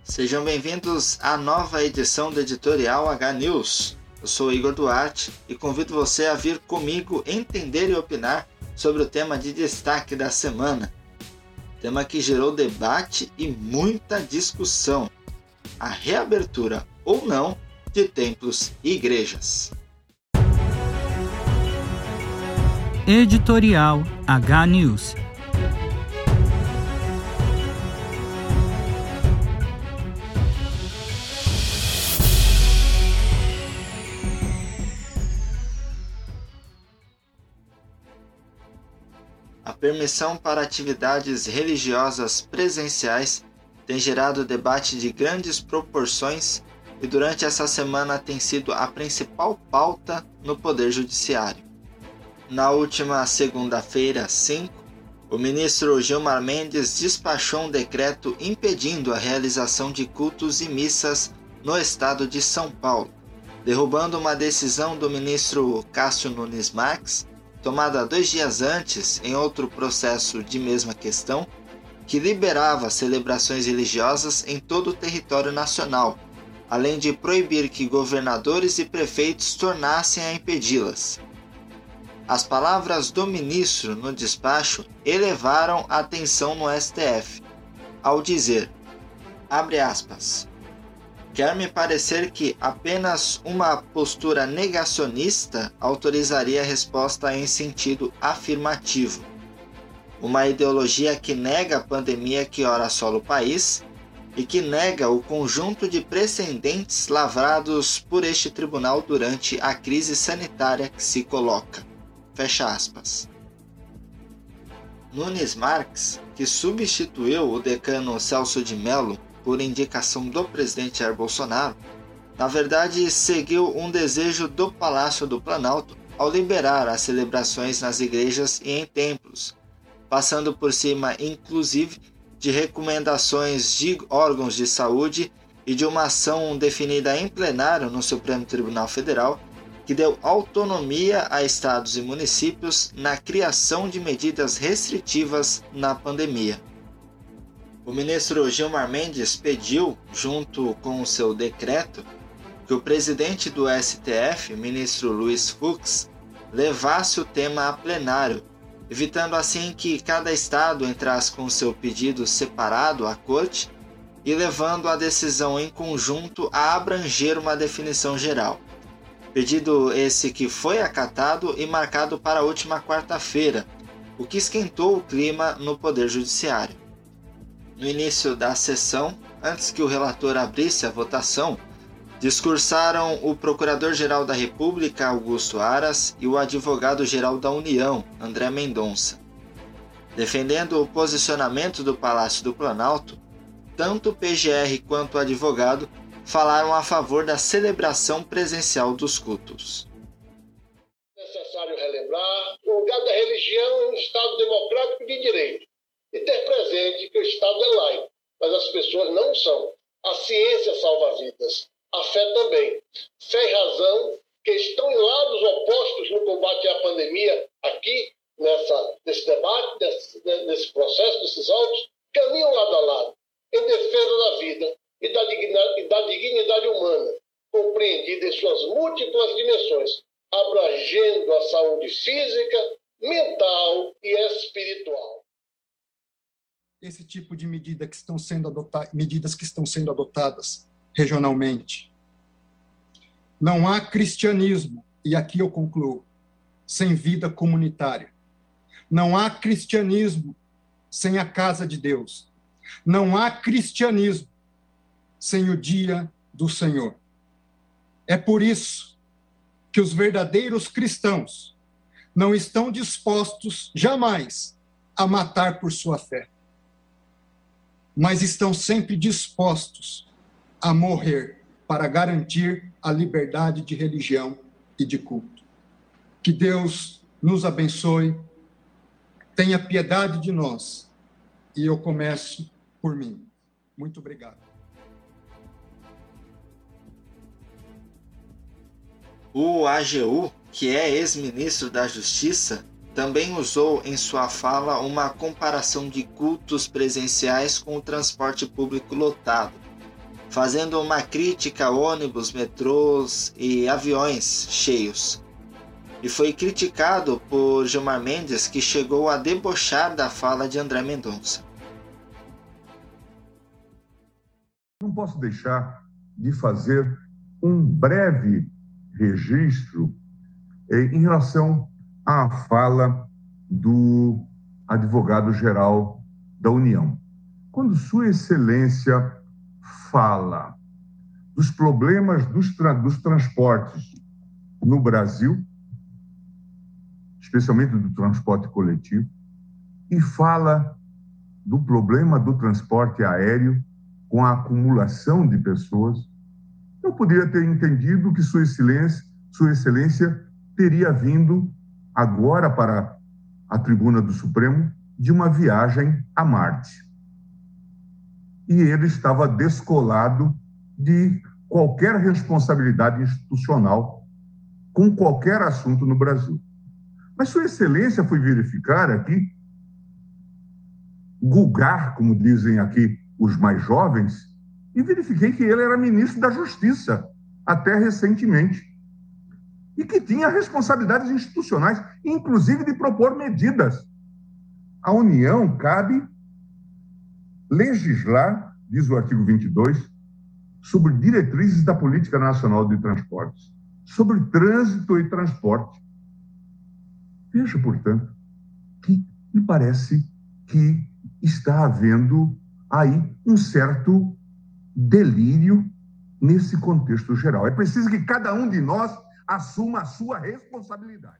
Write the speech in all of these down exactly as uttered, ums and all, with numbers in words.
Sejam bem-vindos à nova edição do Editorial H News. Eu sou Igor Duarte e convido você a vir comigo entender e opinar sobre o tema de destaque da semana. Tema que gerou debate e muita discussão. A reabertura ou não de templos e igrejas. Editorial H News. A permissão para atividades religiosas presenciais tem gerado debate de grandes proporções e durante essa semana tem sido a principal pauta no Poder Judiciário. Na última segunda-feira, cinco, o ministro Gilmar Mendes despachou um decreto impedindo a realização de cultos e missas no estado de São Paulo, derrubando uma decisão do ministro Cássio Nunes Marques, tomada dois dias antes em outro processo de mesma questão, que liberava celebrações religiosas em todo o território nacional, além de proibir que governadores e prefeitos tornassem a impedi-las. As palavras do ministro no despacho elevaram a atenção no S T F, ao dizer, abre aspas, quer-me parecer que apenas uma postura negacionista autorizaria a resposta em sentido afirmativo. Uma ideologia que nega a pandemia que ora assola o país e que nega o conjunto de precedentes lavrados por este tribunal durante a crise sanitária que se coloca. Fecha aspas. Nunes Marques, que substituiu o decano Celso de Mello por indicação do presidente Jair Bolsonaro, na verdade seguiu um desejo do Palácio do Planalto ao liberar as celebrações nas igrejas e em templos, passando por cima inclusive de recomendações de órgãos de saúde e de uma ação definida em plenário no Supremo Tribunal Federal que deu autonomia a estados e municípios na criação de medidas restritivas na pandemia. O ministro Gilmar Mendes pediu, junto com o seu decreto, que o presidente do S T F, ministro Luiz Fux, levasse o tema a plenário, evitando assim que cada estado entrasse com seu pedido separado à corte e levando a decisão em conjunto a abranger uma definição geral. Pedido esse que foi acatado e marcado para a última quarta-feira, o que esquentou o clima no Poder Judiciário. No início da sessão, antes que o relator abrisse a votação, discursaram o Procurador-Geral da República, Augusto Aras, e o Advogado-Geral da União, André Mendonça. Defendendo o posicionamento do Palácio do Planalto, tanto o P G R quanto o advogado falaram a favor da celebração presencial dos cultos. É necessário relembrar que o lugar da religião é um Estado democrático de direito e ter presente que o Estado é laico, mas as pessoas não são. A ciência salva vidas, a fé também. Fé e razão, que estão em lados opostos no combate à pandemia, aqui, nessa, nesse debate, nesse, nesse processo, nesses autos, caminham lado a lado, em defesa da vida e da dignidade, e da dignidade humana, compreendida em suas múltiplas dimensões, abrangendo a saúde física, mental e espiritual. Esse tipo de medida que estão sendo adota- medidas que estão sendo adotadas regionalmente. Não há cristianismo, e aqui eu concluo, sem vida comunitária. Não há cristianismo sem a casa de Deus. Não há cristianismo sem o dia do Senhor. É por isso que os verdadeiros cristãos não estão dispostos jamais a matar por sua fé, mas estão sempre dispostos a morrer para garantir a liberdade de religião e de culto. Que Deus nos abençoe, tenha piedade de nós, e eu começo por mim. Muito obrigado. O A G U, que é ex-ministro da Justiça, também usou em sua fala uma comparação de cultos presenciais com o transporte público lotado, fazendo uma crítica a ônibus, metrôs e aviões cheios. E foi criticado por Gilmar Mendes, que chegou a debochar da fala de André Mendonça. Não posso deixar de fazer um breve registro eh, em relação à fala do advogado-geral da União. Quando Sua Excelência fala dos problemas dos, tra- dos transportes no Brasil, especialmente do transporte coletivo, e fala do problema do transporte aéreo com a acumulação de pessoas, eu poderia ter entendido que Sua Excelência, Sua Excelência teria vindo agora para a tribuna do Supremo de uma viagem a Marte. E ele estava descolado de qualquer responsabilidade institucional com qualquer assunto no Brasil. Mas Sua Excelência foi verificar aqui, gulgar, como dizem aqui os mais jovens, e verifiquei que ele era ministro da Justiça, até recentemente, e que tinha responsabilidades institucionais, inclusive de propor medidas. A União cabe legislar, diz o artigo vinte e dois, sobre diretrizes da Política Nacional de Transportes, sobre trânsito e transporte. Veja, portanto, que me parece que está havendo aí um certo delírio nesse contexto geral. É preciso que cada um de nós assuma a sua responsabilidade.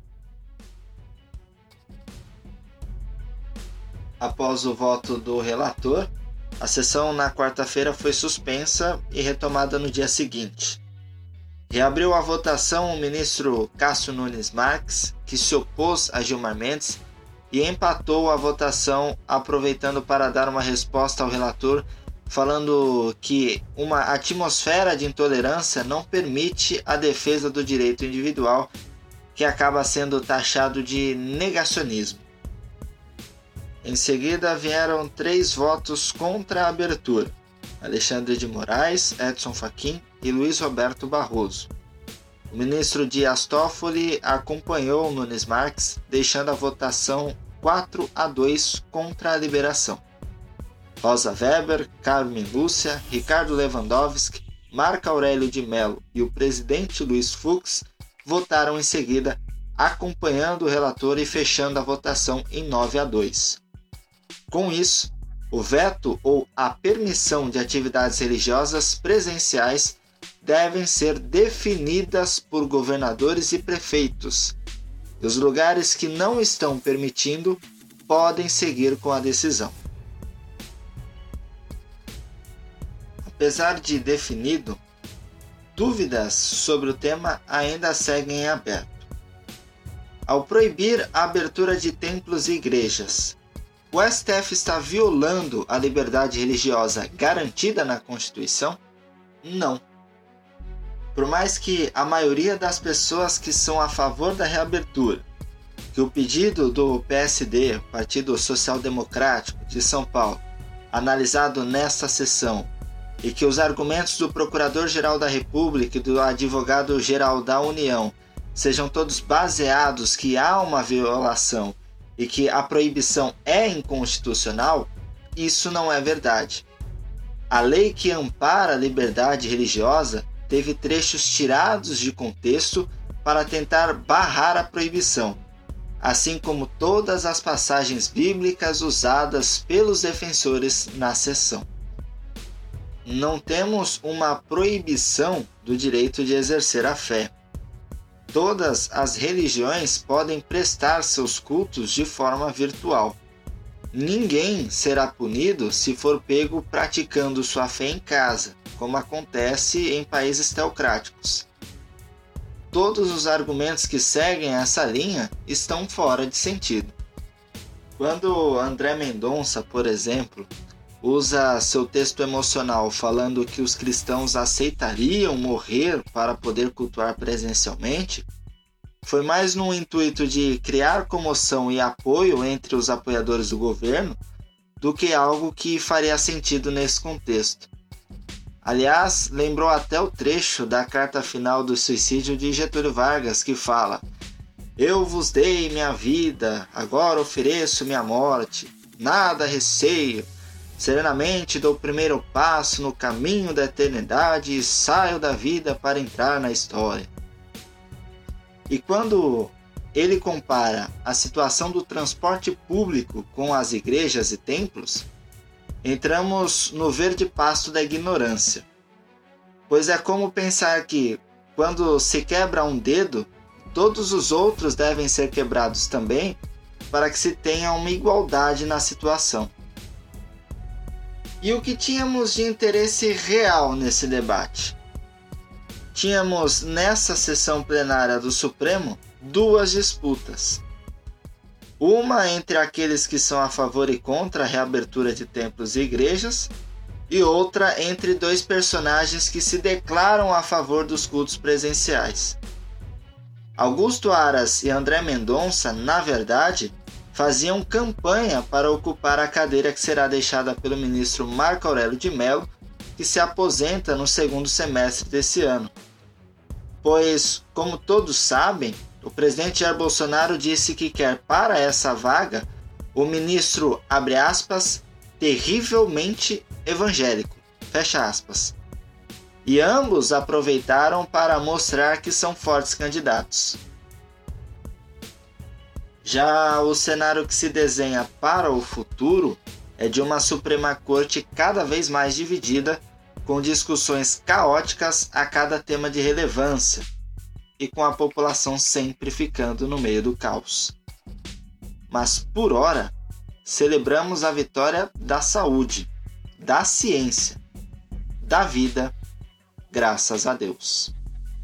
Após o voto do relator, a sessão na quarta-feira foi suspensa e retomada no dia seguinte. Reabriu a votação o ministro Cássio Nunes Marques, que se opôs a Gilmar Mendes, e empatou a votação, aproveitando para dar uma resposta ao relator, falando que uma atmosfera de intolerância não permite a defesa do direito individual, que acaba sendo taxado de negacionismo. Em seguida vieram três votos contra a abertura: Alexandre de Moraes, Edson Fachin e Luiz Roberto Barroso. O ministro Dias Toffoli acompanhou Nunes Marques, deixando a votação quatro a dois contra a liberação. Rosa Weber, Carmen Lúcia, Ricardo Lewandowski, Marco Aurélio de Mello e o presidente Luiz Fux votaram em seguida, acompanhando o relator e fechando a votação em nove a dois. Com isso, o veto ou a permissão de atividades religiosas presenciais devem ser definidas por governadores e prefeitos. E os lugares que não estão permitindo podem seguir com a decisão. Apesar de definido, dúvidas sobre o tema ainda seguem em aberto. Ao proibir a abertura de templos e igrejas, o S T F está violando a liberdade religiosa garantida na Constituição? Não. Por mais que a maioria das pessoas que são a favor da reabertura, que o pedido do P S D, Partido Social Democrático de São Paulo, analisado nesta sessão, e que os argumentos do Procurador-Geral da República e do Advogado-Geral da União sejam todos baseados que há uma violação e que a proibição é inconstitucional, isso não é verdade. A lei que ampara a liberdade religiosa teve trechos tirados de contexto para tentar barrar a proibição, assim como todas as passagens bíblicas usadas pelos defensores na sessão. Não temos uma proibição do direito de exercer a fé. Todas as religiões podem prestar seus cultos de forma virtual. Ninguém será punido se for pego praticando sua fé em casa, como acontece em países teocráticos. Todos os argumentos que seguem essa linha estão fora de sentido. Quando André Mendonça, por exemplo, usa seu texto emocional falando que os cristãos aceitariam morrer para poder cultuar presencialmente, foi mais num intuito de criar comoção e apoio entre os apoiadores do governo do que algo que faria sentido nesse contexto. Aliás, lembrou até o trecho da carta final do suicídio de Getúlio Vargas, que fala: eu vos dei minha vida, agora ofereço minha morte, nada receio, serenamente dou o primeiro passo no caminho da eternidade e saio da vida para entrar na história. E quando ele compara a situação do transporte público com as igrejas e templos, entramos no verde pasto da ignorância. Pois é como pensar que, quando se quebra um dedo, todos os outros devem ser quebrados também, para que se tenha uma igualdade na situação. E o que tínhamos de interesse real nesse debate? Tínhamos nessa sessão plenária do Supremo duas disputas. Uma entre aqueles que são a favor e contra a reabertura de templos e igrejas, e outra entre dois personagens que se declaram a favor dos cultos presenciais. Augusto Aras e André Mendonça, na verdade, faziam campanha para ocupar a cadeira que será deixada pelo ministro Marco Aurélio de Mello, que se aposenta no segundo semestre desse ano. Pois, como todos sabem, o presidente Jair Bolsonaro disse que quer para essa vaga o ministro, abre aspas, terrivelmente evangélico, fecha aspas. E ambos aproveitaram para mostrar que são fortes candidatos. Já o cenário que se desenha para o futuro é de uma Suprema Corte cada vez mais dividida, com discussões caóticas a cada tema de relevância, e com a população sempre ficando no meio do caos. Mas, por hora, celebramos a vitória da saúde, da ciência, da vida, graças a Deus.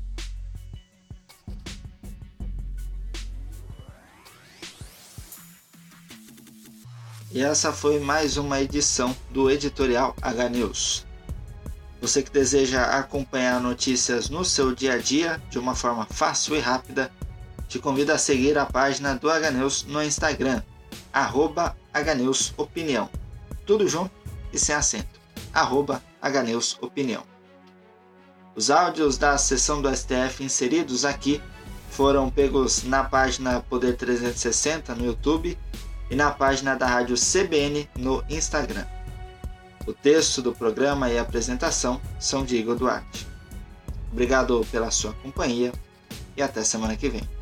E essa foi mais uma edição do Editorial H News. Você que deseja acompanhar notícias no seu dia a dia de uma forma fácil e rápida, te convido a seguir a página do H News no Instagram, arroba H News Opinião. Tudo junto e sem acento, arroba H News Opinião. Os áudios da sessão do S T F inseridos aqui foram pegos na página Poder trezentos e sessenta no YouTube e na página da Rádio C B N no Instagram. O texto do programa e a apresentação são de Igor Duarte. Obrigado pela sua companhia e até semana que vem.